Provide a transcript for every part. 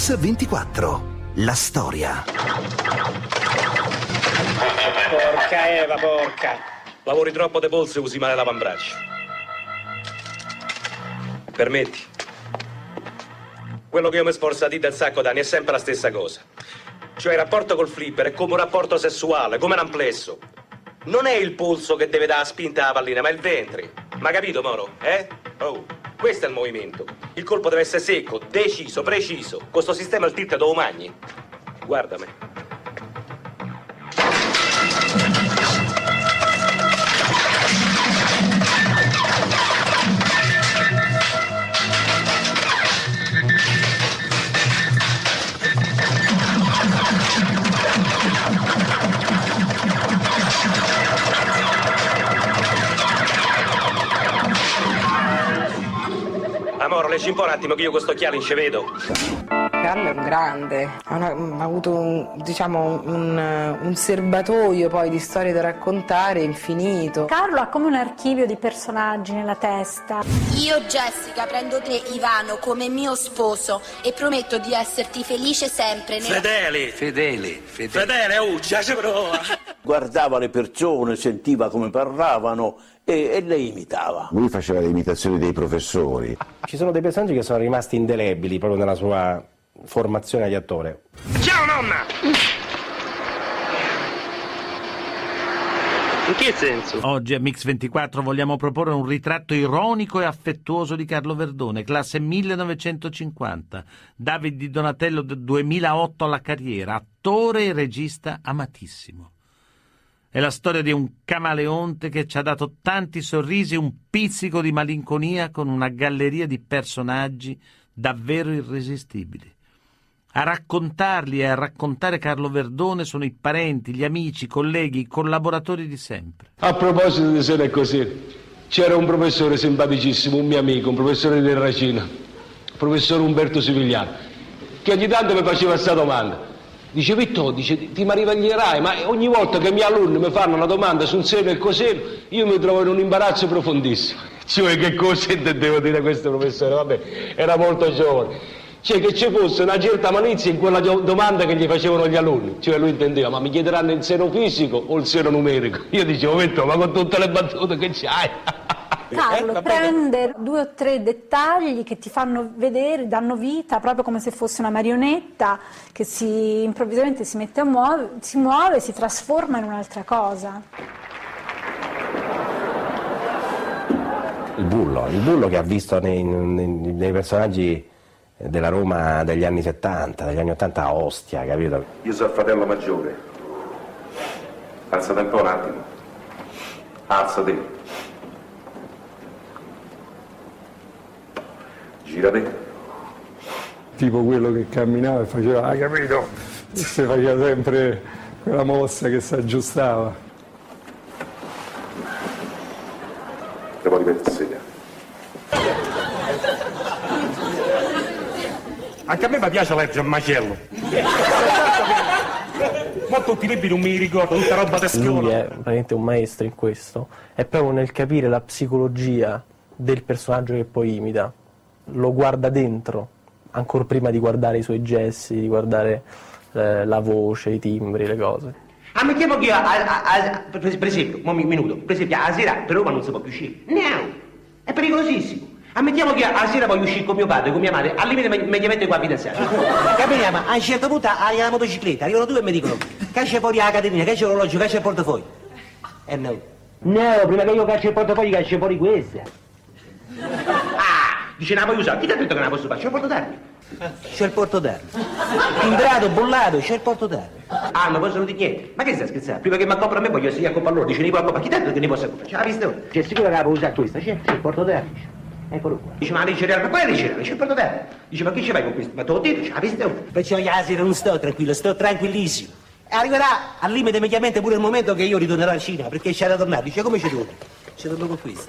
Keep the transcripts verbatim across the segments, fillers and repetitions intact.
Mix ventiquattro. La storia. Porca Eva, porca. Lavori troppo de polso e usi male l'avambraccio. Permetti? Quello che io mi sforzo a dire del sacco d'anni è sempre la stessa cosa. Cioè il rapporto col flipper è come un rapporto sessuale, come un amplesso. Non è il polso che deve dare spinta alla pallina, ma il ventre. Ma capito, Moro? Eh? Oh, questo è il movimento. Il colpo deve essere secco, deciso, preciso. Con sto sistema il tilt dove magni. Guardami. Amore, leggi un po' un attimo che io questo occhiale non ci vedo. Carlo è un grande, ha, una, ha avuto un, diciamo, un, un serbatoio poi di storie da raccontare infinito. Carlo ha come un archivio di personaggi nella testa. Io, Jessica, prendo te, Ivano, come mio sposo e prometto di esserti felice sempre. Nella... Fedele, fedele, fedele. Fedele, oh, già ci prova. Guardava le persone, sentiva come parlavano e, e le imitava. Lui faceva le imitazioni dei professori. Ci sono dei personaggi che sono rimasti indelebili proprio nella sua formazione di attore. Ciao nonna! In che senso? Oggi a Mix ventiquattro vogliamo proporre un ritratto ironico e affettuoso di Carlo Verdone, classe millenovecentocinquanta, David Di Donatello del duemilaotto alla carriera, attore e regista amatissimo. È la storia di un camaleonte che ci ha dato tanti sorrisi e un pizzico di malinconia con una galleria di personaggi davvero irresistibili. A raccontarli e a raccontare Carlo Verdone sono i parenti, gli amici, i colleghi, i collaboratori di sempre. A proposito di Se n'è così, c'era un professore simpaticissimo, un mio amico, un professore di Terracina, il professor Umberto Sivigliano, che ogni tanto mi faceva questa domanda. Dice: Vittorio, dice, ti maraviglierai, ma ogni volta che i miei alunni mi fanno una domanda su un seno e coseno, io mi trovo in un imbarazzo profondissimo. Cioè, che cosa intendevo dire questo professore? Vabbè, era molto giovane. Cioè, che ci fosse una certa malizia in quella domanda che gli facevano gli alunni. Cioè, lui intendeva: ma mi chiederanno il seno fisico o il seno numerico? Io dicevo: Vittorio, ma con tutte le battute che c'hai. Carlo eh, prende due o tre dettagli che ti fanno vedere, danno vita, proprio come se fosse una marionetta che si, improvvisamente si mette a muovere, si muove, si trasforma in un'altra cosa. Il bullo, il bullo che ha visto nei, nei, nei personaggi della Roma degli anni settanta, degli anni ottanta a Ostia, capito? Io sono il fratello maggiore. Alzate un po' un attimo. Alzati. Girati. Tipo quello che camminava e faceva, hai capito? E si faceva sempre quella mossa che si aggiustava. E poi ripeto a sedere. Anche a me mi piace leggere il macello. Ma tutti i libri non mi ricordo, tutta roba da scuola. Lui è veramente un maestro in questo, è proprio nel capire la psicologia del personaggio che poi imita. Lo guarda dentro, ancora prima di guardare i suoi gesti, di guardare eh, la voce, i timbri, le cose. Ah, mettiamo che a, a, a, per, per esempio, un minuto, per esempio, a sera per Roma non si può più uscire. No, è pericolosissimo. Ammettiamo che a sera voglio uscire con mio padre, con mia madre, al limite mediamente qua a fidanzata. Camminiamo, a un certo punto alla motocicletta, arrivano due e mi dicono: caccia fuori la catenina, caccia l'orologio, caccia il portafoglio. Eh no. No, prima che io caccia il portafoglio, caccia fuori questa. Ah, dice, non la puoi usare. Chi ti ha detto che non la posso fare? C'è il portatermine. C'è il portatermine. Timbrato, bollato, c'è il portatermine. Ah, non posso dire niente. Ma che stai scherzando? Prima che mi accopra a me voglio essere a coppa loro. Dice, ne puoi accoppare. Chi ti ha detto che ne posso accoppare? C'è la vista ora. C'è sicuro che la puoi usare questa? C'è, c'è il portatermine. Eccolo qua. Dice, ma la cereale, ma qual è la cereale? C'è il portatermine. Dice, ma che ci fai con questo? Ma te lo dico, c'è la vista ora. Perciò io la sera non sto tranquillo, sto tranquillissimo. E arriverà al limite mediamente pure il momento che io ritornerò al cinema, perché c'è da tornare. Dice, come ci torno? Ci torno con questo.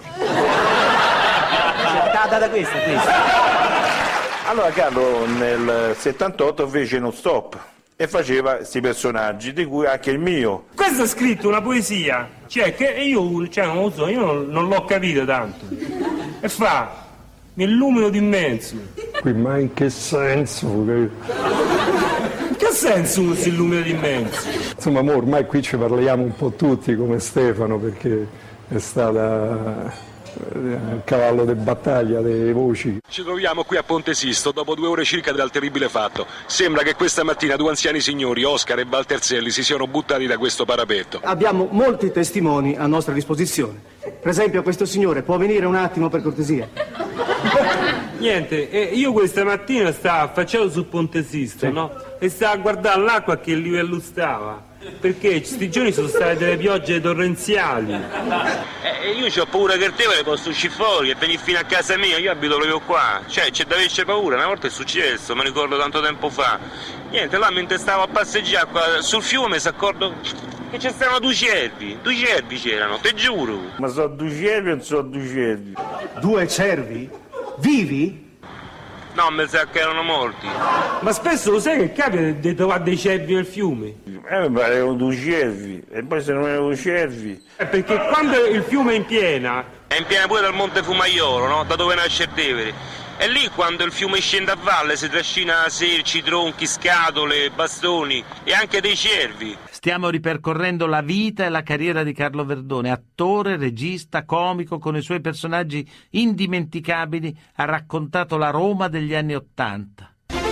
C'è data questa, questa. Allora Carlo nel settantotto fece uno stop e faceva questi personaggi, di cui anche il mio. Questo è scritto una poesia, cioè che io, cioè, non lo so, io non, non l'ho capito tanto. E fa, nel lumino d'immenso, qui, ma in che senso? In che senso uno si illumina di mezzo? Insomma, mo ormai qui ci parliamo un po' tutti come Stefano, perché è stata il cavallo di battaglia delle voci. Ci troviamo qui a Ponte Sisto dopo due ore circa dal terribile fatto. Sembra che questa mattina due anziani signori, Oscar e Valterzelli, si siano buttati da questo parapetto. Abbiamo molti testimoni a nostra disposizione. Per esempio questo signore, può venire un attimo per cortesia? Niente, eh, io questa mattina stavo affacciato sul Ponte Sisto, sì, no? E stavo a guardare l'acqua a che livello stava. Perché questi giorni sono state delle piogge torrenziali. Eh, io ho paura che il Tevere possa uscire fuori e venire fino a casa mia, io abito proprio qua. Cioè, c'è da averci paura, una volta è successo, mi ricordo tanto tempo fa. Niente, là mentre stavo a passeggiare qua sul fiume si accordo che ci stavano due cervi, due cervi c'erano, te giuro. Ma sono due cervi o non sono due cervi? Due cervi? Vivi? No, mi sa che erano morti. Ma spesso lo sai che capita di trovare dei cervi nel fiume? Eh, mi parevano due cervi, e poi se non erano cervi... Eh, perché quando il fiume è in piena... È in piena pure dal Monte Fumaiolo, no? Da dove nasce il Tevere. E lì quando il fiume scende a valle si trascina selci, tronchi, scatole, bastoni e anche dei cervi. Stiamo ripercorrendo la vita e la carriera di Carlo Verdone, attore, regista, comico, con i suoi personaggi indimenticabili ha raccontato la Roma degli anni Ottanta.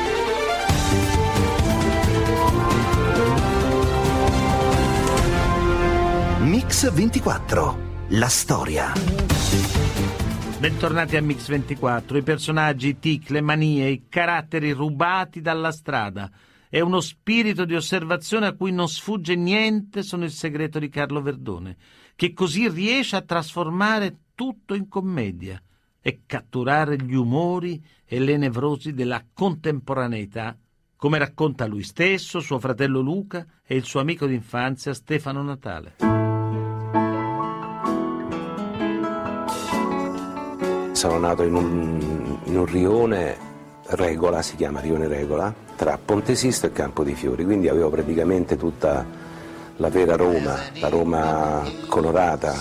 Mix ventiquattro, la storia. Bentornati a Mix ventiquattro, i personaggi, i tic, le manie, i caratteri rubati dalla strada. È uno spirito di osservazione a cui non sfugge niente, sono il segreto di Carlo Verdone, che così riesce a trasformare tutto in commedia e catturare gli umori e le nevrosi della contemporaneità, come racconta lui stesso, suo fratello Luca e il suo amico d'infanzia Stefano Natale. Sono nato in un, in un rione, Regola, si chiama Rione Regola, tra Ponte Sisto e Campo dei Fiori, quindi avevo praticamente tutta la vera Roma, la Roma colorata.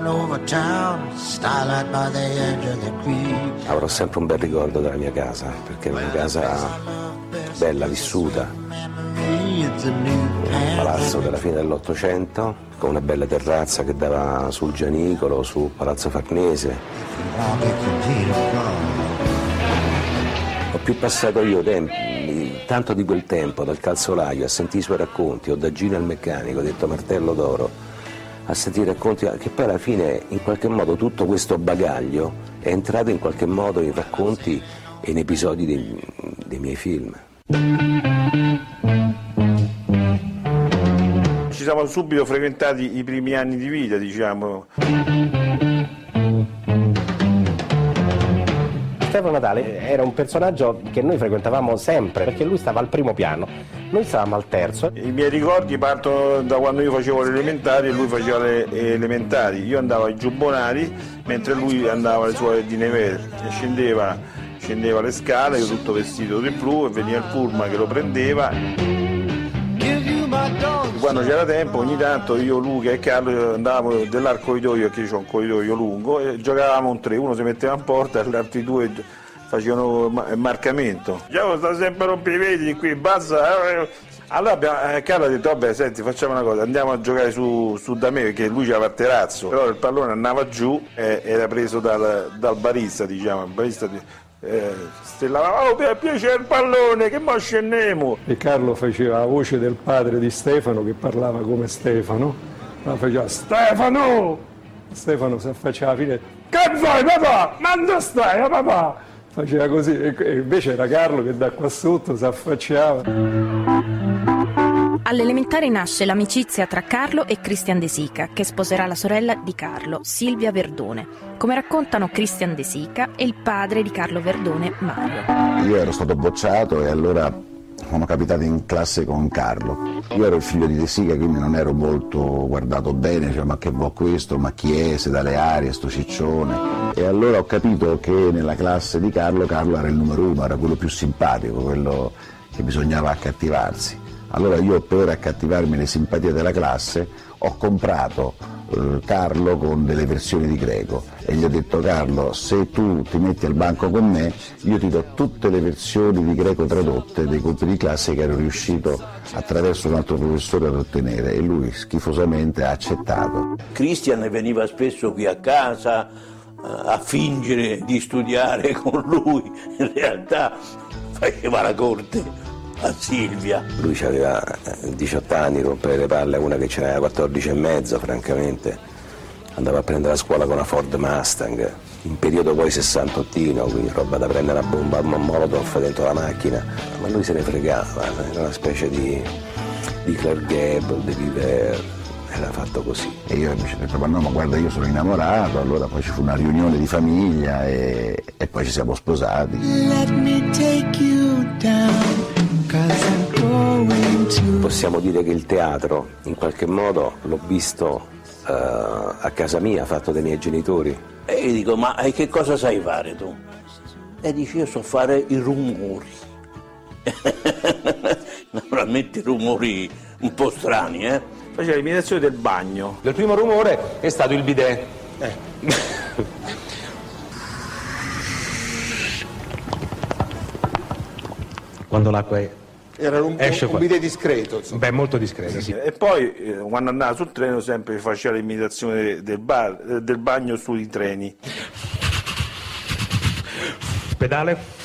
Avrò sempre un bel ricordo della mia casa, perché era una casa bella, vissuta, un palazzo della fine dell'Ottocento, con una bella terrazza che dava sul Gianicolo, su Palazzo Farnese. Ho più passato io tempi, tanto di quel tempo, dal calzolaio a sentire i suoi racconti, o da Gino il meccanico, detto Martello d'Oro, a sentire i racconti, che poi alla fine in qualche modo tutto questo bagaglio è entrato in qualche modo in racconti e in episodi dei, dei miei film. Ci siamo subito frequentati i primi anni di vita, diciamo. Stefano Natale era un personaggio che noi frequentavamo sempre, perché lui stava al primo piano, noi stavamo al terzo. I miei ricordi partono da quando io facevo le elementari e lui faceva le elementari. Io andavo ai Giubbonari mentre lui andava alle scuole di Nevere e scendeva, scendeva le scale, io tutto vestito di blu, e veniva il pullman che lo prendeva. Quando c'era tempo, ogni tanto io, Luca e Carlo andavamo dell'arcoidoio, perché io ho un corridoio lungo, e giocavamo un tre, uno si metteva in porta e gli altri due facevano marcamento. Io sto sempre a rompere i vetri di qui, basta. Allora abbiamo, eh, Carlo ha detto, vabbè, senti, facciamo una cosa, andiamo a giocare su, su da me, perché lui c'aveva il terrazzo, però il pallone andava giù e era preso dal, dal barista, diciamo, il barista di, eh, stellava, oh, per piacere il pallone, che mo scendiamo. E Carlo faceva la voce del padre di Stefano, che parlava come Stefano, ma faceva, Stefano! Stefano si affacciava alla fine, che vuoi papà? Ma dove stai, oh, papà? Faceva così, e invece era Carlo che da qua sotto si affacciava. All'elementare nasce l'amicizia tra Carlo e Christian De Sica, che sposerà la sorella di Carlo, Silvia Verdone. Come raccontano Christian De Sica e il padre di Carlo Verdone, Mario. Io ero stato bocciato e allora sono capitato in classe con Carlo. Io ero il figlio di De Sica, quindi non ero molto guardato bene, cioè, ma che vuoi questo, ma chi è, se dalle arie, sto ciccione. E allora ho capito che nella classe di Carlo, Carlo era il numero uno, era quello più simpatico, quello che bisognava accattivarsi. Allora io, per accattivarmi le simpatie della classe, ho comprato eh, Carlo con delle versioni di greco e gli ho detto: Carlo, se tu ti metti al banco con me io ti do tutte le versioni di greco tradotte dei compiti di classe che ero riuscito attraverso un altro professore ad ottenere, e lui schifosamente ha accettato. Christian veniva spesso qui a casa a fingere di studiare con lui, in realtà faceva la corte a Silvia. Lui aveva diciotto anni, rompere le palle a una che ce n'aveva quattordici e mezzo, francamente. Andava a prendere la scuola con una Ford Mustang, in periodo poi sessantottino, quindi roba da prendere la bomba a Molotov dentro la macchina. Ma lui se ne fregava, era una specie di, di Clark Gable, di Viver. Era fatto così. E io invece ho detto: ma no, ma guarda, io sono innamorato. Allora poi ci fu una riunione di famiglia e, e poi ci siamo sposati. Let me take you down, 'cause I'm going to... Possiamo dire che il teatro, in qualche modo, l'ho visto uh, a casa mia, fatto dai miei genitori. E io dico: ma che cosa sai fare tu? E dici: io so fare i rumori. Naturalmente rumori un po' strani, eh? Faceva l'imitazione del bagno. Il primo rumore è stato il bidet. Eh. Quando l'acqua è... Era un, esce un qua. bidet discreto. Insomma. Beh, molto discreto, sì. E poi eh, quando andava sul treno sempre faceva l'imitazione del, bar, del bagno sui treni. Pedale.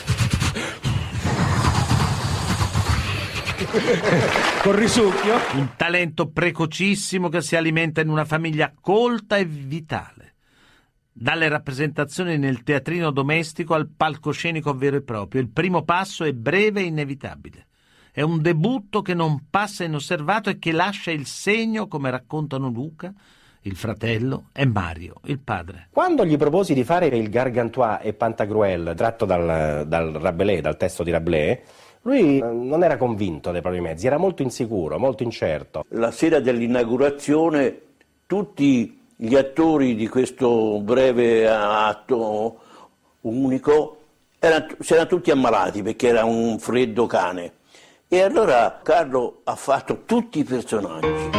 Con risucchio. Un talento precocissimo che si alimenta in una famiglia colta e vitale. Dalle rappresentazioni nel teatrino domestico al palcoscenico vero e proprio, il primo passo è breve e inevitabile. È un debutto che non passa inosservato e che lascia il segno, come raccontano Luca, il fratello, e Mario, il padre. Quando gli proposi di fare il Gargantua e Pantagruel, tratto dal, dal Rabelais, dal testo di Rabelais, lui non era convinto dei propri mezzi, era molto insicuro, molto incerto. La sera dell'inaugurazione tutti gli attori di questo breve atto unico erano, si erano tutti ammalati perché era un freddo cane. E allora Carlo ha fatto tutti i personaggi.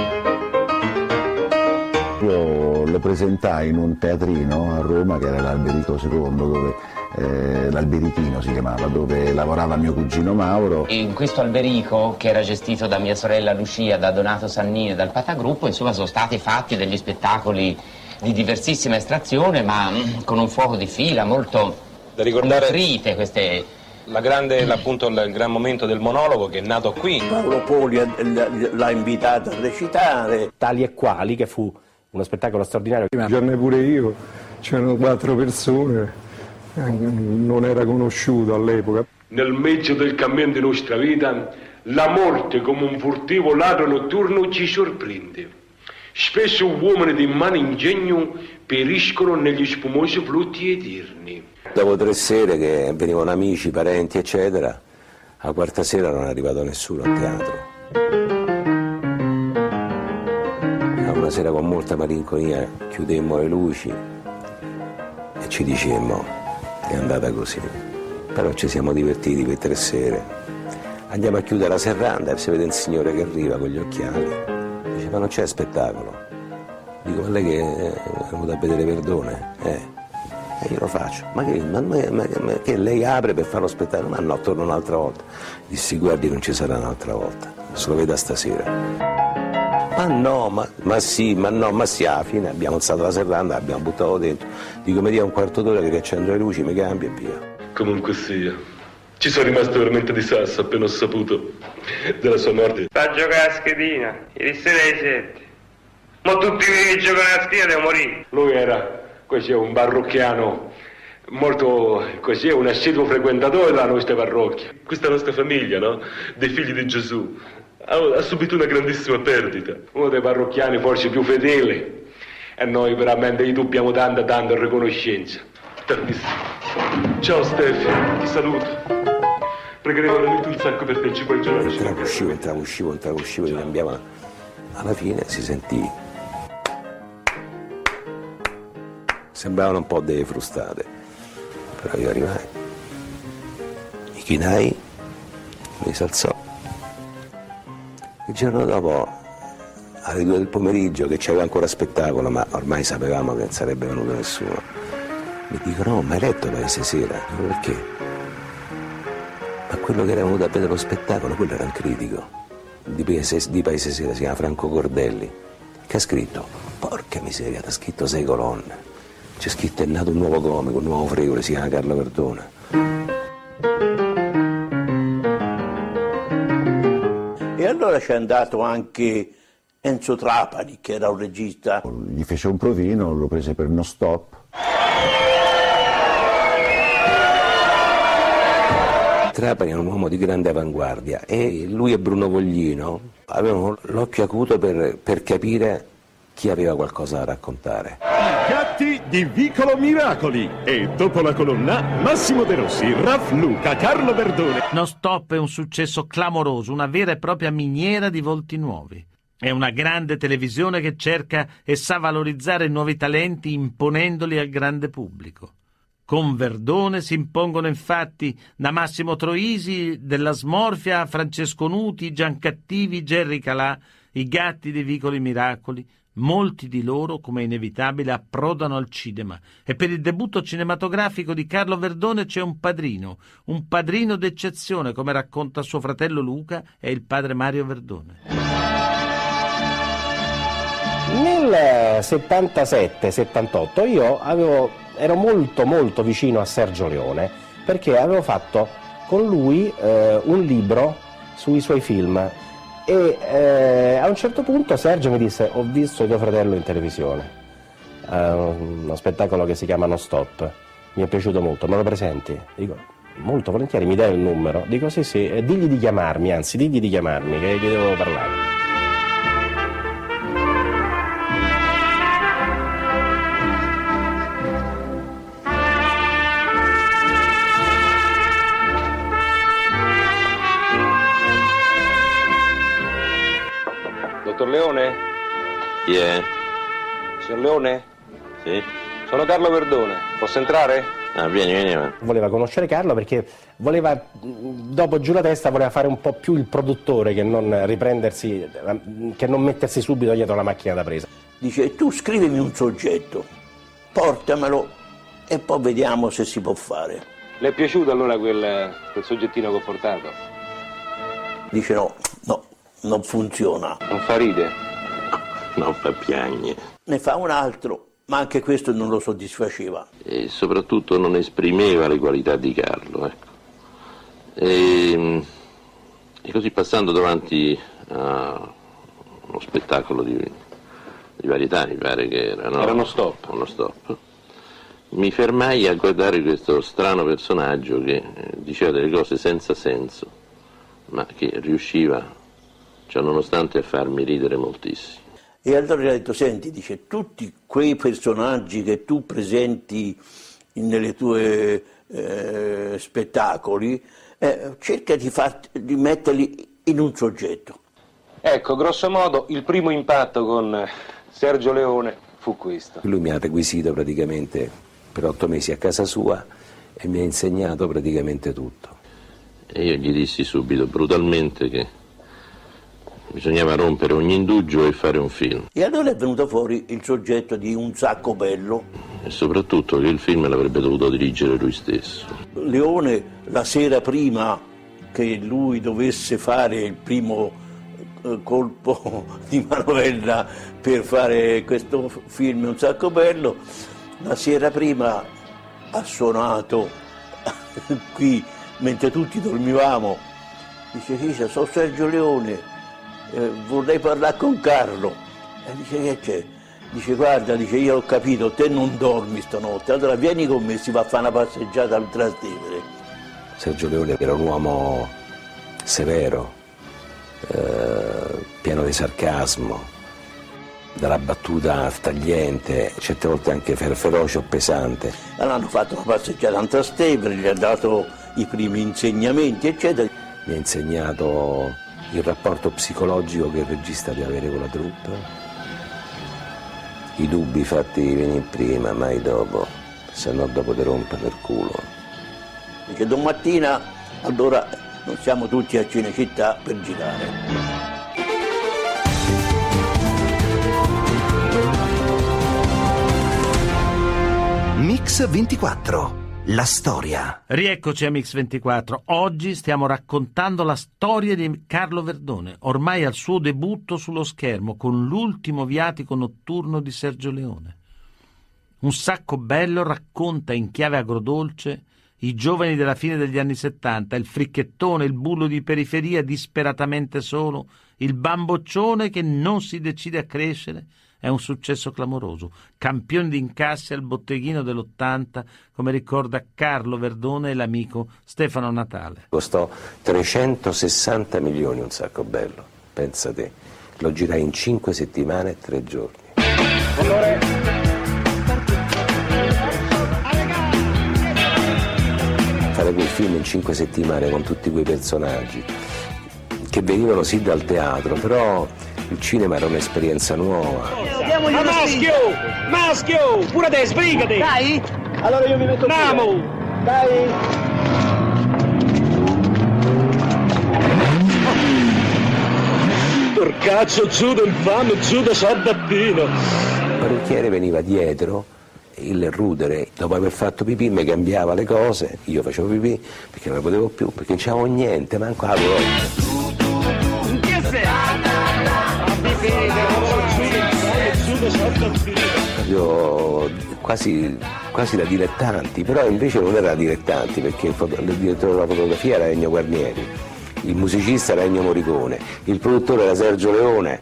Io lo presentai in un teatrino a Roma che era l'Alberico secondo, dove eh, l'Albericino si chiamava, dove lavorava mio cugino Mauro. In questo Alberico, che era gestito da mia sorella Lucia, da Donato Sannini e dal Patagruppo, insomma sono stati fatti degli spettacoli di diversissima estrazione, ma mh, con un fuoco di fila molto da ricordare nutrite queste... La grande, appunto, il gran momento del monologo che è nato qui. Paolo Poli l'ha invitato a recitare. Tali e quali, che fu uno spettacolo straordinario. Gianni pure io, c'erano quattro persone, non era conosciuto all'epoca. Nel mezzo del cammino di nostra vita, la morte come un furtivo ladro notturno ci sorprende. Spesso uomini di mano ingegno periscono negli spumosi flutti eterni. Dopo tre sere che venivano amici, parenti, eccetera, la quarta sera non è arrivato nessuno al teatro. Una sera con molta malinconia chiudemmo le luci e ci dicemmo: è andata così. Però ci siamo divertiti per tre sere. Andiamo a chiudere la serranda e si vede un signore che arriva con gli occhiali. Dice: ma non c'è spettacolo. Dico: ma lei che è venuta a vedere Verdone? Eh. E io lo faccio. Ma che, ma, ma, ma, ma che lei apre per fare lo spettacolo? Ma no, torno un'altra volta. Dissi: guardi, non ci sarà un'altra volta. Se lo veda stasera. Ma no, ma, ma sì, ma no, ma sì, alla fine abbiamo alzato la serranda, l'abbiamo buttato dentro. Dico: mi dia un quarto d'ora che accendo le luci, mi cambia e via. Comunque sia, ci sono rimasto veramente di sasso appena ho saputo della sua morte. Fa giocare a schedina, ieri sera alle sette. Ma tutti quelli che giocano a schedina devono morire. Lui era così un parrocchiano molto così, un assiduo frequentatore della nostra parrocchia. Questa nostra famiglia, no? Dei figli di Gesù, ha, ha subito una grandissima perdita. Uno dei parrocchiani forse più fedeli, e noi veramente gli dobbiamo tanta tanta riconoscenza. Tantissimo. Ciao Stefi, ti saluto. Pregheremo veramente un sacco per te, ci puoi giurare. Entravo, uscivo, entravo, uscivo, entravo, uscivo, li cambiava. Alla fine si sentì. Sembravano un po' delle frustate, però io arrivai, mi chinai, mi si alzò. Il giorno dopo alle due del pomeriggio, che c'aveva ancora spettacolo, ma ormai sapevamo che non sarebbe venuto nessuno. Mi dicono: no, ma hai letto Paese Sera? Dico: perché? Ma quello che era venuto a vedere lo spettacolo, quello era un critico di Paese, di Paese Sera, si chiama Franco Cordelli, che ha scritto, porca miseria, ha scritto sei colonne. C'è scritto: è nato un nuovo comico, un nuovo Friuli, si chiama Carlo Verdone. E allora c'è andato anche Enzo Trapani, che era un regista. Gli fece un provino, lo prese per No Stop. Trapani era un uomo di grande avanguardia e lui e Bruno Voglino avevano l'occhio acuto per, per capire chi aveva qualcosa da raccontare. I gatti di Vicolo Miracoli. E dopo la colonna, Massimo De Rossi, Raf Luca, Carlo Verdone. No Stop è un successo clamoroso, una vera e propria miniera di volti nuovi. È una grande televisione che cerca e sa valorizzare nuovi talenti imponendoli al grande pubblico. Con Verdone si impongono infatti da Massimo Troisi, della Smorfia, Francesco Nuti, Giancattivi, Gerry Calà, i gatti dei Vicoli Miracoli. Molti di loro, come inevitabile, approdano al cinema e per il debutto cinematografico di Carlo Verdone c'è un padrino, un padrino d'eccezione, come racconta suo fratello Luca e il padre Mario Verdone. Nel settantasette settantotto io avevo, ero molto molto vicino a Sergio Leone perché avevo fatto con lui eh, un libro sui suoi film e eh, a un certo punto Sergio mi disse: ho visto tuo fratello in televisione, uh, uno spettacolo che si chiama No Stop, mi è piaciuto molto, me lo presenti? Dico: molto volentieri, mi dai il numero? Dico: sì sì, e digli di chiamarmi, anzi digli di chiamarmi che gli devo parlare. Dottor Leone? Chi è? Signor Leone? Sì. Sono Carlo Verdone, posso entrare? Ah, vieni, vieni. Voleva conoscere Carlo perché voleva, dopo Giù la testa, voleva fare un po' più il produttore che non riprendersi, che non mettersi subito dietro la macchina da presa. Dice: tu scrivimi un soggetto, portamelo e poi vediamo se si può fare. Le è piaciuto allora quel, quel soggettino che ho portato? Dice: no, no, non funziona. Non fa ride? Non fa piagne. Ne fa un altro, ma anche questo non lo soddisfaceva. E soprattutto non esprimeva le qualità di Carlo, ecco. E, e così, passando davanti a uno spettacolo di, di varietà, mi pare che era, no? Era uno stop. Uno stop. Mi fermai a guardare questo strano personaggio che diceva delle cose senza senso, ma che riusciva, cioè nonostante, a farmi ridere moltissimo. E allora gli ha detto: senti, dice, tutti quei personaggi che tu presenti nelle tue eh, spettacoli, eh, cerca di, far, di metterli in un soggetto. Ecco, grosso modo, il primo impatto con Sergio Leone fu questo. Lui mi ha requisito praticamente per otto mesi a casa sua e mi ha insegnato praticamente tutto. E io gli dissi subito, brutalmente, che bisognava rompere ogni indugio e fare un film. E allora è venuto fuori il soggetto di Un sacco bello. E soprattutto che il film l'avrebbe dovuto dirigere lui stesso. Leone, la sera prima che lui dovesse fare il primo eh, colpo di manovella per fare questo film Un sacco bello, la sera prima ha suonato qui mentre tutti dormivamo. Dice: Cisa, sono Sergio Leone. Eh, vorrei parlare con Carlo. E dice: che c'è? Dice: guarda, dice, io ho capito, te non dormi stanotte, allora vieni con me, si va a fare una passeggiata al Trastevere. Sergio Leone era un uomo severo, eh, pieno di sarcasmo, dalla battuta tagliente, certe volte anche feroce o pesante. Allora hanno fatto una passeggiata al Trastevere, gli ha dato i primi insegnamenti, eccetera. Mi ha insegnato il rapporto psicologico che il regista deve avere con la troupe, i dubbi fatti venire prima, mai dopo, se no dopo ti rompono il culo. Dice: domattina allora non siamo tutti a Cinecittà per girare. Mix ventiquattro. La storia. Rieccoci a Mix ventiquattro. Oggi stiamo raccontando la storia di Carlo Verdone, ormai al suo debutto sullo schermo con L'ultimo viatico notturno di Sergio Leone. Un sacco bello racconta in chiave agrodolce i giovani della fine degli anni settanta, il fricchettone, il bullo di periferia disperatamente solo, il bamboccione che non si decide a crescere. È un successo clamoroso, campione di incassi al botteghino dell'ottanta, come ricorda Carlo Verdone e l'amico Stefano Natale. Costò trecentosessanta milioni Un sacco bello, pensa te. Lo girai in cinque settimane e tre giorni. Fare quel film in cinque settimane con tutti quei personaggi che venivano sì dal teatro, però il cinema era un'esperienza nuova. Ma maschio! Maschio! Pure te, sbrigati! Dai! Allora io mi metto qui. Andiamo! Dai! Porcaccio, giù del infame, giù da Sardappino! Il parrucchiere veniva dietro, il rudere, dopo aver fatto pipì mi cambiava le cose, io facevo pipì perché non ne potevo più, perché non c'avevo niente, manco la voglia. Proprio quasi, quasi da dilettanti, però invece non era da dilettanti perché il, foto, il direttore della fotografia era Ennio Guarnieri, il musicista era Ennio Morricone, il produttore era Sergio Leone.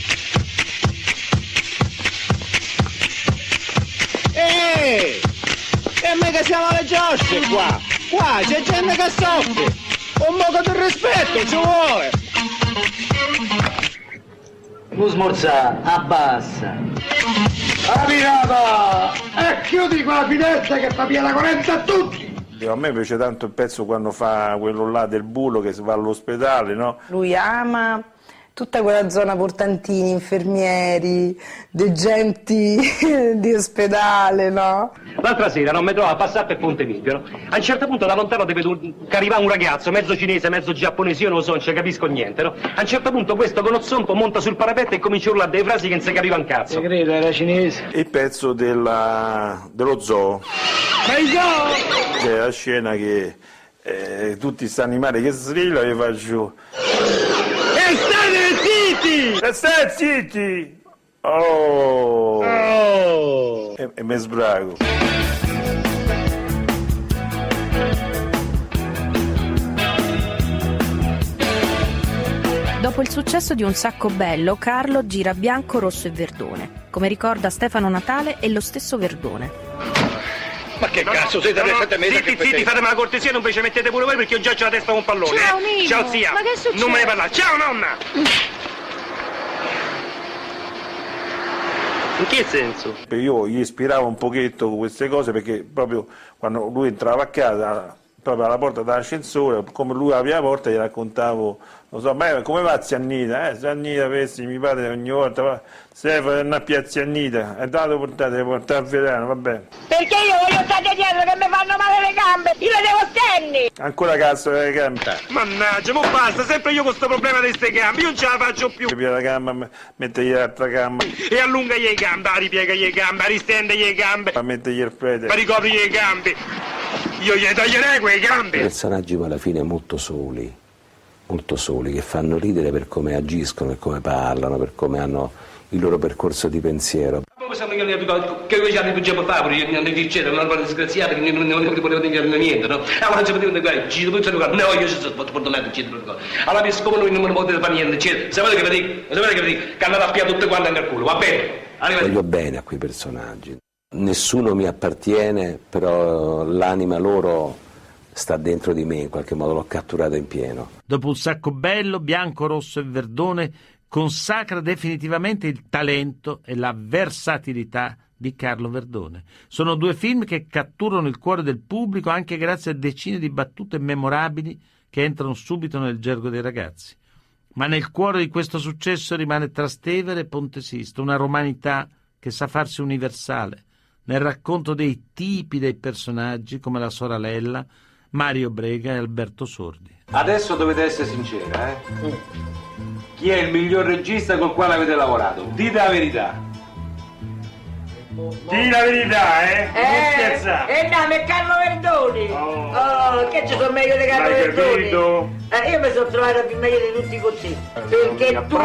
Eeeh! E mica siamo alle giosce qua! Qua c'è gente che soffre! Un poco di rispetto ci vuole! Non smorzà, abbassa. La pirata! E chiudi quella finestra che fa via la corrente a tutti! A me piace tanto il pezzo quando fa quello là del bulo che si va all'ospedale, no? Lui ama tutta quella zona portantini, infermieri, degenti di ospedale, no? L'altra sera non mi trovo a passare per Ponte Milvio, no? A un certo punto da lontano ti vedo che arriva un ragazzo, mezzo cinese, mezzo giapponese, io non lo so, non ci capisco niente, no? A un certo punto questo con lo zompo monta sul parapetto e comincia a urlare delle frasi che non si capiva un cazzo. Io credo era cinese. Il pezzo della, dello zoo. Sei zoo! C'è la scena che eh, tutti questi animali che strillano e faccio... E state zitti! E state zitti! Oh! Oh! E, e me sbrago. Dopo il successo di Un sacco bello, Carlo gira bianco, rosso e verdone. Come ricorda Stefano Natale e lo stesso Verdone. Ma che no, cazzo siete no, no, zitti, zitti, fatemi la cortesia, non ve ci mettete pure voi perché io già ho la testa con un pallone. Ciao, eh. Nino. Ciao zia. Ma che succede? Non me ne parlare. Ciao nonna. In che senso? Io gli ispiravo un pochetto con queste cose perché proprio quando lui entrava a casa, proprio alla porta dell'ascensore, come lui apria la porta gli raccontavo, non so, ma come va zia Annita? Eh, zia Annita, pensi, mi padre ogni volta, va, Stefano, non a piazza Annita, è dato portate, portate a Verano, va bene. Perché io voglio stare dietro che mi fanno male le gambe, io le devo stenni! Ancora cazzo le gambe. Mannaggia, ma basta, sempre io con questo problema di ste gambe, io non ce la faccio più. Ripia la gamba, mettegli l'altra gamba. E allungagli le gambe, ripiegagli le gambe, ristendagli le gambe. Ma mettegli il prete. Ma ricoprigli le gambe. Io gli taglierei quelle gambe. Personaggi alla fine molto soli, molto soli, che fanno ridere per come agiscono, per come parlano, per come hanno il loro percorso di pensiero. Che voi hanno più fare, non mi dicete, non voglio disgraziare perché non volevo dire niente, no? Allora ci potete dire, ci potete dire, no, io ci sono portato, ci potete allora mi siccome noi non potete fare niente, sapete che vi dico, sapete che vi dico, che hanno rappiato tutte quante nel culo, va bene? Voglio bene a quei personaggi. Nessuno mi appartiene, però l'anima loro sta dentro di me, in qualche modo l'ho catturata in pieno. Dopo Un sacco bello, bianco, rosso e verdone, consacra definitivamente il talento e la versatilità di Carlo Verdone. Sono due film che catturano il cuore del pubblico anche grazie a decine di battute memorabili che entrano subito nel gergo dei ragazzi. Ma nel cuore di questo successo rimane Trastevere e Ponte Sisto, una romanità che sa farsi universale nel racconto dei tipi dei personaggi come la Soralella, Mario Brega e Alberto Sordi. Adesso dovete essere sincera, eh? Chi è il miglior regista col quale avete lavorato? Dite la verità. Dì la verità, eh? Non Eh, scherzare. eh no, ma è Carlo Verdoni! Oh. Oh, che ci sono meglio di Carlo L'hai Verdoni? capito? Eh, io mi sono trovato più meglio di tutti così. Perché tu...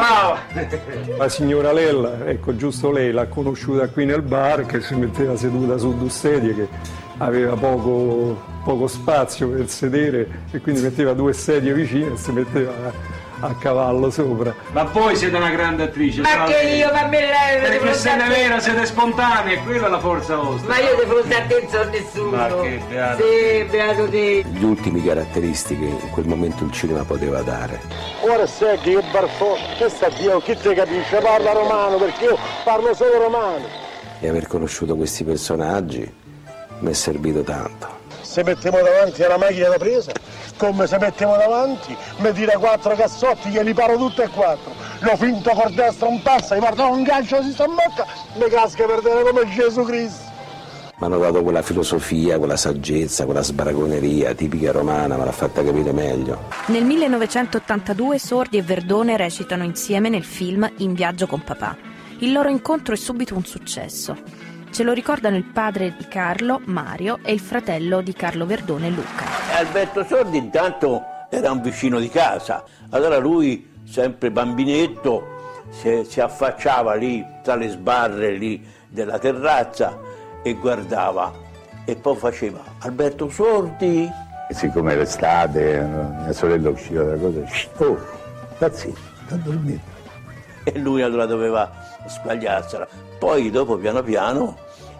La signora Lella, ecco, giusto lei l'ha conosciuta qui nel bar, che si metteva seduta su due sedie, che aveva poco, poco spazio per sedere e quindi metteva due sedie vicine e si metteva a, a cavallo sopra. Ma voi siete una grande attrice. Ma salve. che io, fammi lei... Perché siete vera, siete spontanei, e quella è la forza vostra. Ma io di fronte a te non so nessuno. Ma che beato. Sì, beato te. Gli ultimi caratteristiche in quel momento il cinema poteva dare. Ora sai che io barfo, che sta Dio, chi te capisce? Parla romano, perché io parlo solo romano. E aver conosciuto questi personaggi mi è servito tanto. Se mettiamo davanti alla macchina da presa, come se mettiamo davanti, mi tira quattro cassotti, glieli paro tutte e quattro. Lo finto col destro un passa, gli porto un gancio, si sta in bocca, mi casca per terra come Gesù Cristo. Mi hanno dato quella filosofia, quella saggezza, quella sbaragoneria tipica romana, me l'ha fatta capire meglio. Nel millenovecentottantadue Sordi e Verdone recitano insieme nel film In viaggio con papà. Il loro incontro è subito un successo. Ce lo ricordano il padre di Carlo, Mario, e il fratello di Carlo Verdone, Luca. Alberto Sordi intanto era un vicino di casa, allora lui, sempre bambinetto, si, si affacciava lì tra le sbarre lì della terrazza e guardava e poi faceva Alberto Sordi. E siccome era estate, mia sorella usciva dalla cosa, oh, sta zitto, sta dormendo. E lui allora doveva squagliarsela. Poi dopo piano piano,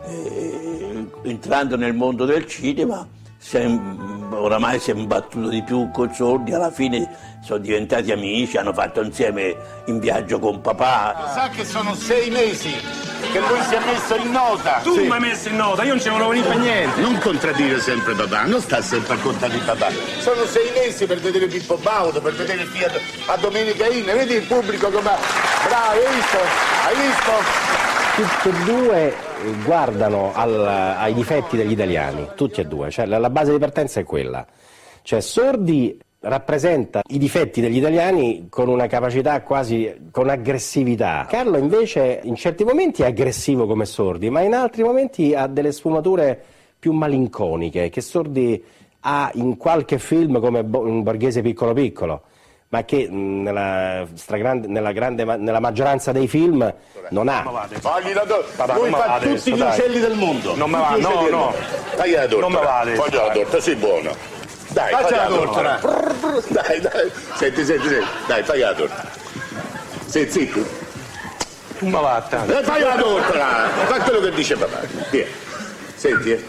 eh, entrando nel mondo del cinema, si è, oramai si è imbattuto di più con Sordi, alla fine sono diventati amici, hanno fatto insieme In viaggio con papà. Sa che sono sei mesi che lui si è messo in nota. Tu mi hai messo in nota, io non ci volevo venire per niente. Non contraddire sempre papà, non sta sempre a contare di papà. Sono sei mesi per vedere Pippo Baudo, per vedere Fiat a Domenica Ina. Vedi il pubblico come... Bravo, hai visto? Hai visto? Tutti e due guardano al, ai difetti degli italiani, tutti e due, cioè la, la base di partenza è quella. Cioè Sordi rappresenta i difetti degli italiani con una capacità quasi, con aggressività. Carlo invece in certi momenti è aggressivo come Sordi, ma in altri momenti ha delle sfumature più malinconiche, che Sordi ha in qualche film come in Borghese Piccolo Piccolo, ma che nella, stragrande, nella, grande, nella maggioranza dei film non ha. Fagli la do- Papà, lui fa tutti adesso, gli dai. uccelli del mondo. Non me va, no, no. Fagli la torta. Non me va adesso. Fagli la torta, sei buono. Dai, fagli la torta. Dai, dai. Senti, senti, senti. Dai, fagli la torta. Sei zitto. Tu me va, tanto. Eh, fagli la torta. Fa quello che dice papà. Via. Senti, eh.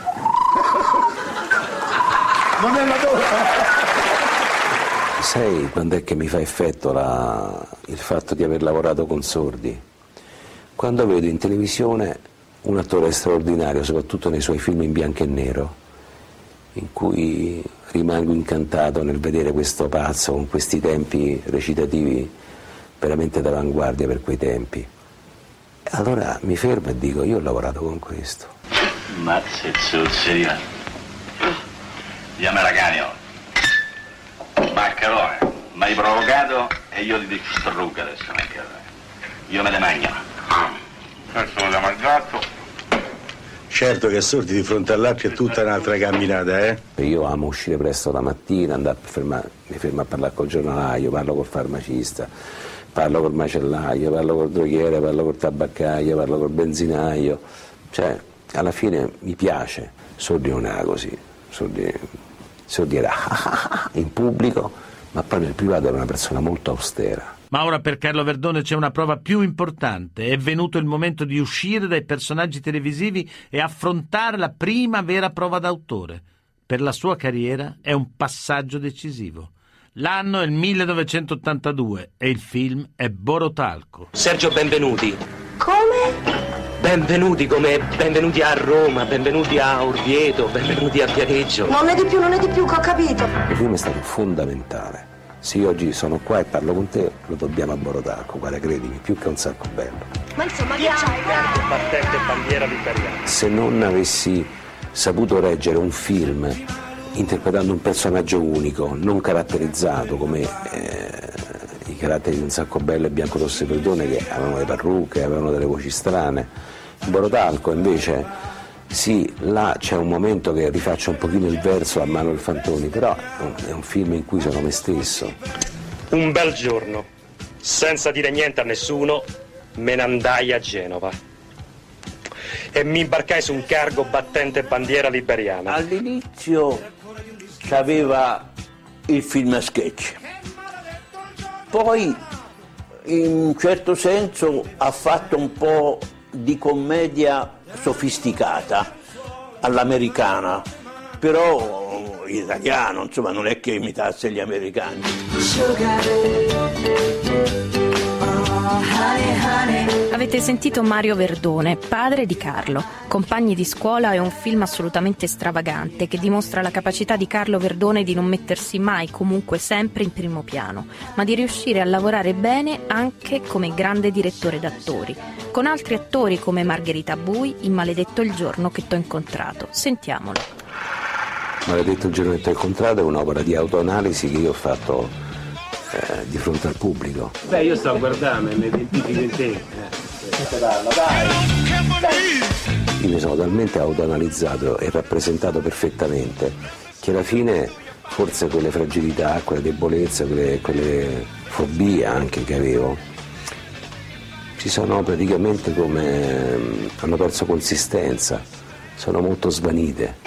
Non è la torta. Sai quando è che mi fa effetto la, il fatto di aver lavorato con Sordi? Quando vedo in televisione un attore straordinario, soprattutto nei suoi film in bianco e nero, in cui rimango incantato nel vedere questo pazzo con questi tempi recitativi veramente d'avanguardia per quei tempi. Allora mi fermo e dico, io ho lavorato con questo. Mazza e zozzeria. Chiama Raganio. Maccherone, mi hai provocato e io ti distruggo adesso, Maccherone. Io me ne mangio. Adesso lo mangiato. Certo che Sordi di fronte all'arco è tutta un'altra camminata, eh? Io amo uscire presto la mattina, andare a fermare, mi fermo a parlare col giornalaio, parlo col farmacista, parlo col macellaio, parlo col droghiere, parlo col tabaccaio, parlo col benzinaio. Cioè, alla fine mi piace. Sordi non era così. Sordi... Sordi era in pubblico, ma poi nel privato era una persona molto austera. Ma ora per Carlo Verdone c'è una prova più importante. È venuto il momento di uscire dai personaggi televisivi e affrontare la prima vera prova d'autore. Per la sua carriera è un passaggio decisivo. L'anno è il millenovecentottantadue e il film è Borotalco. Sergio Benvenuti. Come? Benvenuti come benvenuti a Roma, benvenuti a Orvieto, benvenuti a Viareggio. Non è di più, non è di più, che ho capito. Il film è stato fondamentale. Se io oggi sono qua e parlo con te, lo dobbiamo a Borotalco, guarda, credimi, più che un sacco bello. Ma insomma, che c'hai? Partente bandiera vittoriana. Se non avessi saputo reggere un film interpretando un personaggio unico, non caratterizzato come eh, i caratteri di Un sacco bello e Bianco Rosso e Verdone, che avevano le parrucche, avevano delle voci strane, Borotalco invece, sì, là c'è un momento che rifaccio un pochino il verso a Manuel Fantoni, però è un, è un film in cui sono me stesso. Un bel giorno, senza dire niente a nessuno, me ne andai a Genova e mi imbarcai su un cargo battente bandiera liberiana. All'inizio c'aveva il film a sketch, poi in un certo senso ha fatto un po' di commedia sofisticata all'americana, però in italiano, insomma, non è che imitasse gli americani. Avete sentito Mario Verdone, padre di Carlo. Compagni di scuola è un film assolutamente stravagante che dimostra la capacità di Carlo Verdone di non mettersi mai, comunque sempre in primo piano, ma di riuscire a lavorare bene anche come grande direttore d'attori, con altri attori come Margherita Bui in Maledetto il giorno che t'ho incontrato. Sentiamolo. Maledetto il giorno che t'ho incontrato è un'opera di autoanalisi che io ho fatto eh, di fronte al pubblico. Beh, io sto a guardare e mi identifico in te. Eh. Dai, dai. Io mi sono talmente autoanalizzato e rappresentato perfettamente che alla fine forse quelle fragilità, quelle debolezze, quelle, quelle fobie anche che avevo ci sono praticamente come hanno perso consistenza, sono molto svanite.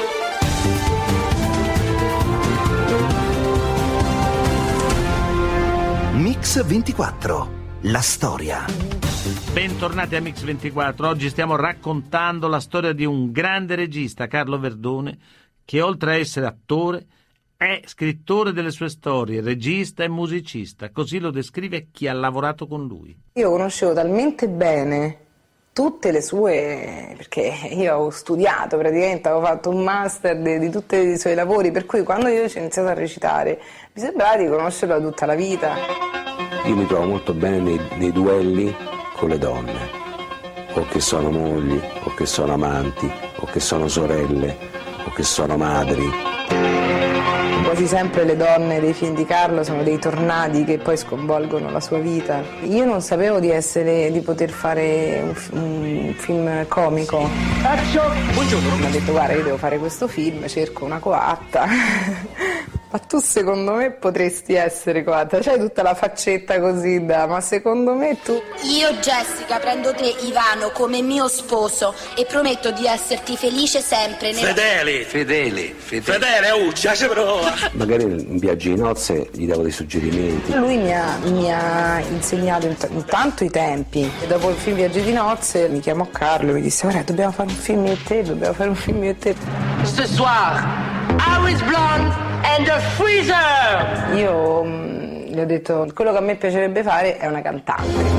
Mix ventiquattro, la storia. Bentornati a Mix ventiquattro. Oggi stiamo raccontando la storia di un grande regista, Carlo Verdone, che oltre a essere attore è scrittore delle sue storie, regista e musicista. Così lo descrive chi ha lavorato con lui. Io conoscevo talmente bene tutte le sue, perché io ho studiato praticamente, avevo fatto un master di, di tutti i suoi lavori, per cui quando io ho iniziato a recitare mi sembrava di conoscerlo da tutta la vita. Io mi trovo molto bene nei, nei duelli con le donne, o che sono mogli, o che sono amanti, o che sono sorelle, o che sono madri. Quasi sempre le donne dei film di Carlo sono dei tornadi che poi sconvolgono la sua vita. Io non sapevo di essere, di poter fare un, un film comico. Buongiorno. Mi ha detto: guarda, io devo fare questo film, cerco una coatta. Ma tu secondo me potresti essere coatta, c'hai tutta la faccetta così da, ma secondo me tu... Io, Jessica, prendo te, Ivano, come mio sposo e prometto di esserti felice sempre. Nel... Fedeli! Fedeli, fedeli. Fedele, uccia, ci prova! Magari in viaggi di nozze gli davo dei suggerimenti. Lui mi ha, mi ha insegnato intanto i tempi. E dopo il film Viaggi di nozze mi chiamò Carlo e mi disse: guarda, dobbiamo fare un film io e te, dobbiamo fare un film io e te. Ce soir, Iris Blonde and the Freezer! Io mh, gli ho detto: quello che a me piacerebbe fare è una cantante.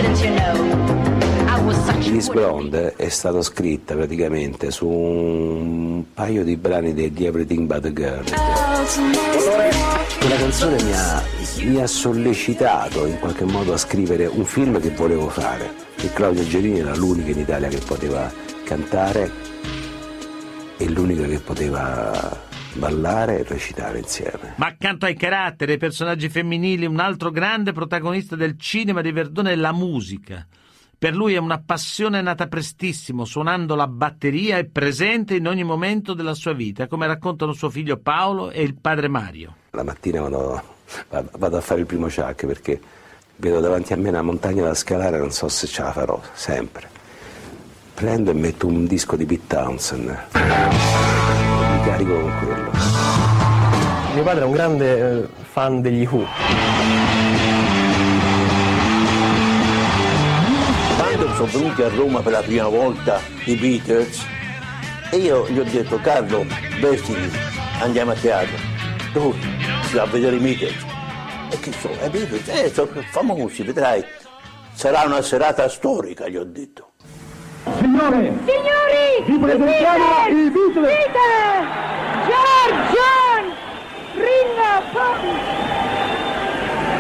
Miss Blonde è stata scritta praticamente su un paio di brani degli Everything But a Girl. Quella canzone mi ha, mi ha sollecitato in qualche modo a scrivere un film che volevo fare, e Claudia Gerini era l'unica in Italia che poteva cantare e l'unica che poteva ballare e recitare insieme. Ma accanto ai caratteri e ai personaggi femminili, un altro grande protagonista del cinema di Verdone è la musica. Per lui è una passione nata prestissimo, suonando la batteria e presente in ogni momento della sua vita, come raccontano suo figlio Paolo e il padre Mario. La mattina vado, vado a fare il primo ciak perché vedo davanti a me una montagna da scalare, non so se ce la farò, sempre. Prendo e metto un disco di Pete Townshend, mi carico con quello. Mio padre è un grande eh, fan degli Who. Quando sono venuti a Roma per la prima volta i Beatles, e io gli ho detto: Carlo, vestiti, andiamo a teatro. Dove? Si va a vedere i Beatles. E che sono? I Beatles? Eh, sono famosi, vedrai. Sarà una serata storica, gli ho detto. Signore! Signori! Vi presentiamo i Beatles! Beatles! George, John,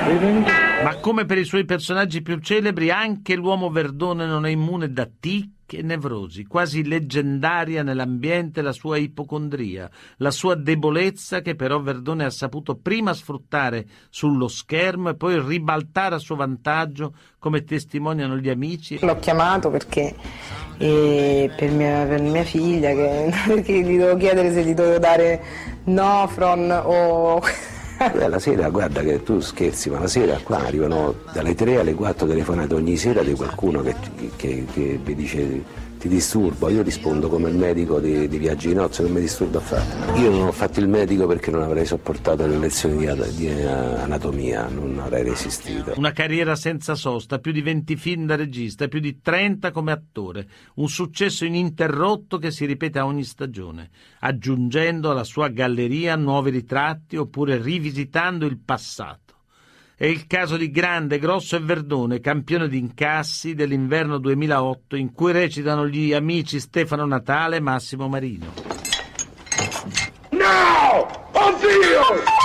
Ringo, Ma come per i suoi personaggi più celebri, anche l'uomo Verdone non è immune da tic e nevrosi, quasi leggendaria nell'ambiente la sua ipocondria, la sua debolezza che però Verdone ha saputo prima sfruttare sullo schermo e poi ribaltare a suo vantaggio, come testimoniano gli amici. L'ho chiamato perché eh, per, mia, per mia figlia, che, che gli dovevo chiedere se gli dovevo dare Nofron o... Beh, la sera, guarda che tu scherzi, ma la sera qua arrivano dalle tre alle quattro telefonate ogni sera di qualcuno che, che, che mi dice ti disturbo, io rispondo come il medico di, di viaggi di nozze, non mi disturbo affatto. Io non ho fatto il medico perché non avrei sopportato le lezioni di, di anatomia, non avrei resistito. Una carriera senza sosta, più di venti film da regista, più di trenta come attore, un successo ininterrotto che si ripete a ogni stagione, aggiungendo alla sua galleria nuovi ritratti oppure rivisitando il passato. È il caso di Grande, Grosso e Verdone, campione di incassi dell'inverno duemilaotto, in cui recitano gli amici Stefano Natale e Massimo Marino. No! Oddio!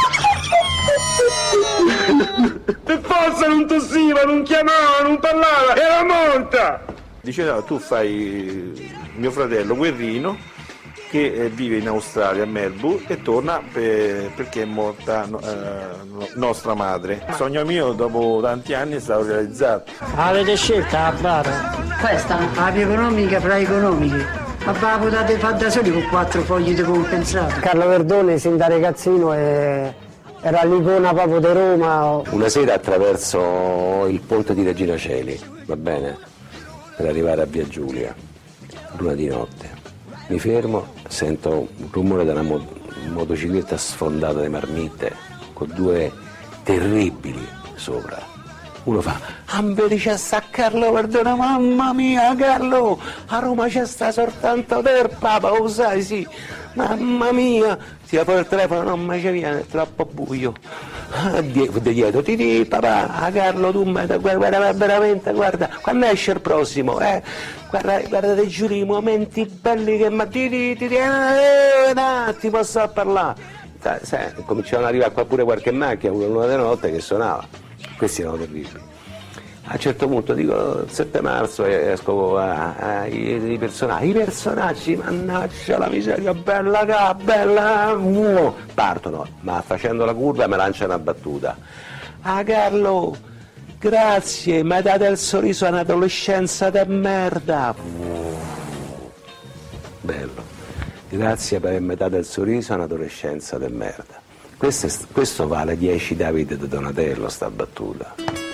Per forza non tossiva, non chiamava, non parlava, era morta! Diceva, no, tu fai mio fratello Guerrino, che eh, vive in Australia, a Melbourne, e torna per, perché è morta eh, nostra madre. Il sogno mio dopo tanti anni è stato realizzato. Avete scelta la bara? Questa? La più economica fra economiche. Ma la potete fare da soli con quattro fogli di compensato. Carlo Verdone sin da ragazzino è... era l'icona proprio di Roma. Una sera attraverso il ponte di Regina Coeli, va bene? Per arrivare a Via Giulia, luna di notte. Mi fermo, sento un rumore della mo- motocicletta sfondata di marmitte con due terribili sopra. Uno fa, amberi c'è sta Carlo Verdone, mamma mia Carlo, a Roma c'è sta soltanto del Papa, lo sai, sì, mamma mia. Tira fuori il telefono, non mi ci viene, è troppo buio. Ah, di dietro, ti di papà, Carlo tu guarda, guarda veramente, guarda, quando esce il prossimo, eh? Guarda, guarda, ti giuro i momenti belli che ma ti ti ti eh, no, ti posso parlare. Sai, cominciavano ad arrivare qua pure qualche macchina, una luna della notte che suonava. Questi erano terribili. A un certo punto dico il sette marzo e esco a, a, i, i personaggi, i personaggi, mannaggia la miseria, bella ca, bella, uh, partono, ma facendo la curva mi lancia una battuta. Ah Carlo, grazie, mi hai dato il sorriso a un'adolescenza de merda. Uh, bello, grazie per avermi dato il sorriso a un'adolescenza de merda. Questo, è, questo vale dieci Davide di Donatello, sta battuta.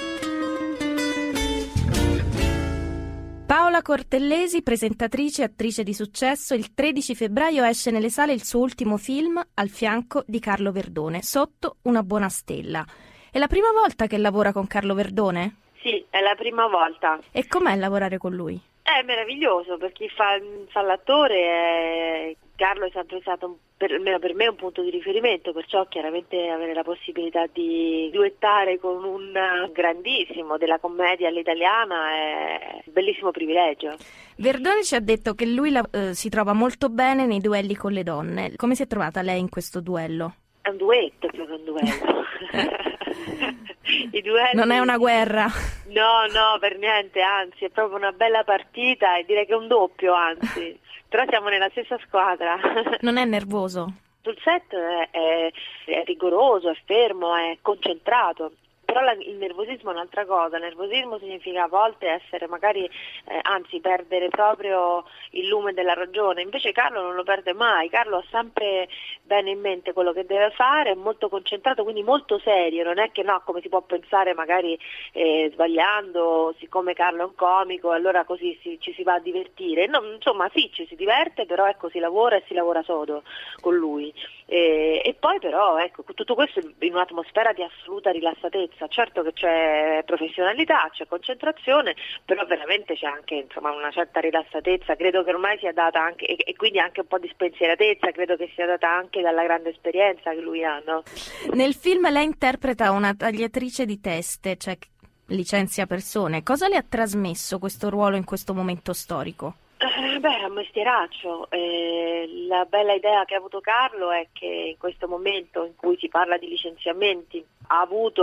Paola Cortellesi, presentatrice e attrice di successo, il tredici febbraio esce nelle sale il suo ultimo film al fianco di Carlo Verdone, Sotto una buona stella. È la prima volta che lavora con Carlo Verdone? Sì, è la prima volta. E com'è lavorare con lui? È meraviglioso, per chi fa, fa l'attore è... Carlo è sempre stato, un, per, almeno per me, un punto di riferimento, perciò chiaramente avere la possibilità di duettare con un grandissimo della commedia all'italiana è un bellissimo privilegio. Verdone ci ha detto che lui la, eh, si trova molto bene nei duelli con le donne. Come si è trovata lei in questo duello? È un duetto più che un duello. I duelli... Non è una guerra. No, no, per niente, anzi, è proprio una bella partita e direi che è un doppio, anzi. Però siamo nella stessa squadra. Non è nervoso? Sul set è, è, è rigoroso, è fermo, è concentrato. Però la, il nervosismo è un'altra cosa. Il nervosismo significa a volte essere magari, eh, anzi perdere proprio il lume della ragione. Invece Carlo non lo perde mai. Carlo ha sempre bene in mente quello che deve fare, è molto concentrato, quindi molto serio. Non è che no, come si può pensare magari eh, sbagliando, siccome Carlo è un comico, allora così si, ci si va a divertire. No, insomma sì, ci si diverte, però ecco, si lavora e si lavora sodo con lui. E, e poi però ecco, tutto questo in un'atmosfera di assoluta rilassatezza. Certo che c'è professionalità, c'è concentrazione, però veramente c'è anche insomma una certa rilassatezza, credo che ormai sia data anche, e, e quindi anche un po' di spensieratezza, credo che sia data anche dalla grande esperienza che lui ha, no? Nel film lei interpreta una tagliatrice di teste, cioè licenzia persone. Cosa le ha trasmesso questo ruolo in questo momento storico? Eh, beh, è un mestieraccio. Eh, la bella idea che ha avuto Carlo è che in questo momento in cui si parla di licenziamenti ha avuto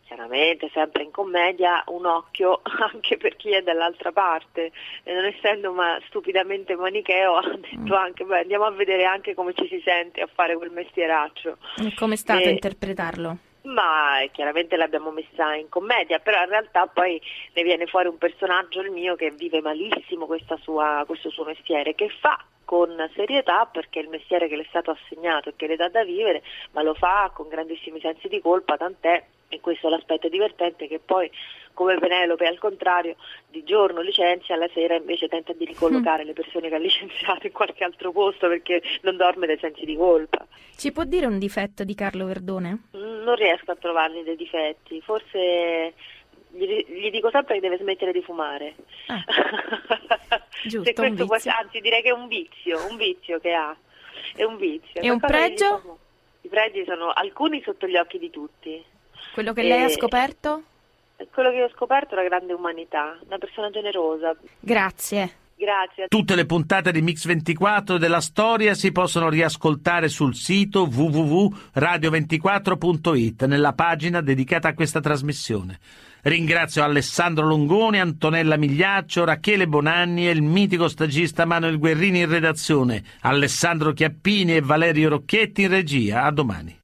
chiaramente sempre in commedia, un occhio anche per chi è dall'altra parte, e non essendo ma stupidamente manicheo ha detto anche beh, andiamo a vedere anche come ci si sente a fare quel mestieraccio. E come è stato e... interpretarlo? Ma chiaramente l'abbiamo messa in commedia, però in realtà poi ne viene fuori un personaggio, il mio, che vive malissimo questa sua, questo suo mestiere, che fa con serietà perché è il mestiere che le è stato assegnato e che le dà da vivere, ma lo fa con grandissimi sensi di colpa, tant'è, e questo è l'aspetto divertente, che poi come Penelope al contrario di giorno licenzia, alla sera invece tenta di ricollocare mm. le persone che ha licenziato in qualche altro posto perché non dorme dai sensi di colpa. Ci può dire un difetto di Carlo Verdone? Non riesco a trovargli dei difetti, forse gli, gli dico sempre che deve smettere di fumare. Ah. Giusto, Se questo un vizio. Può, anzi direi che è un vizio, un vizio che ha, è un vizio. E un pregio? Diciamo, i pregi sono alcuni sotto gli occhi di tutti. Quello che e... lei ha scoperto? Quello che ho scoperto è la grande umanità, una persona generosa. Grazie. Grazie. Tutte le puntate di Mix ventiquattro della storia si possono riascoltare sul sito w w w punto radio ventiquattro punto i t nella pagina dedicata a questa trasmissione. Ringrazio Alessandro Longoni, Antonella Migliaccio, Rachele Bonanni e il mitico stagista Manuel Guerrini in redazione, Alessandro Chiappini e Valerio Rocchetti in regia. A domani.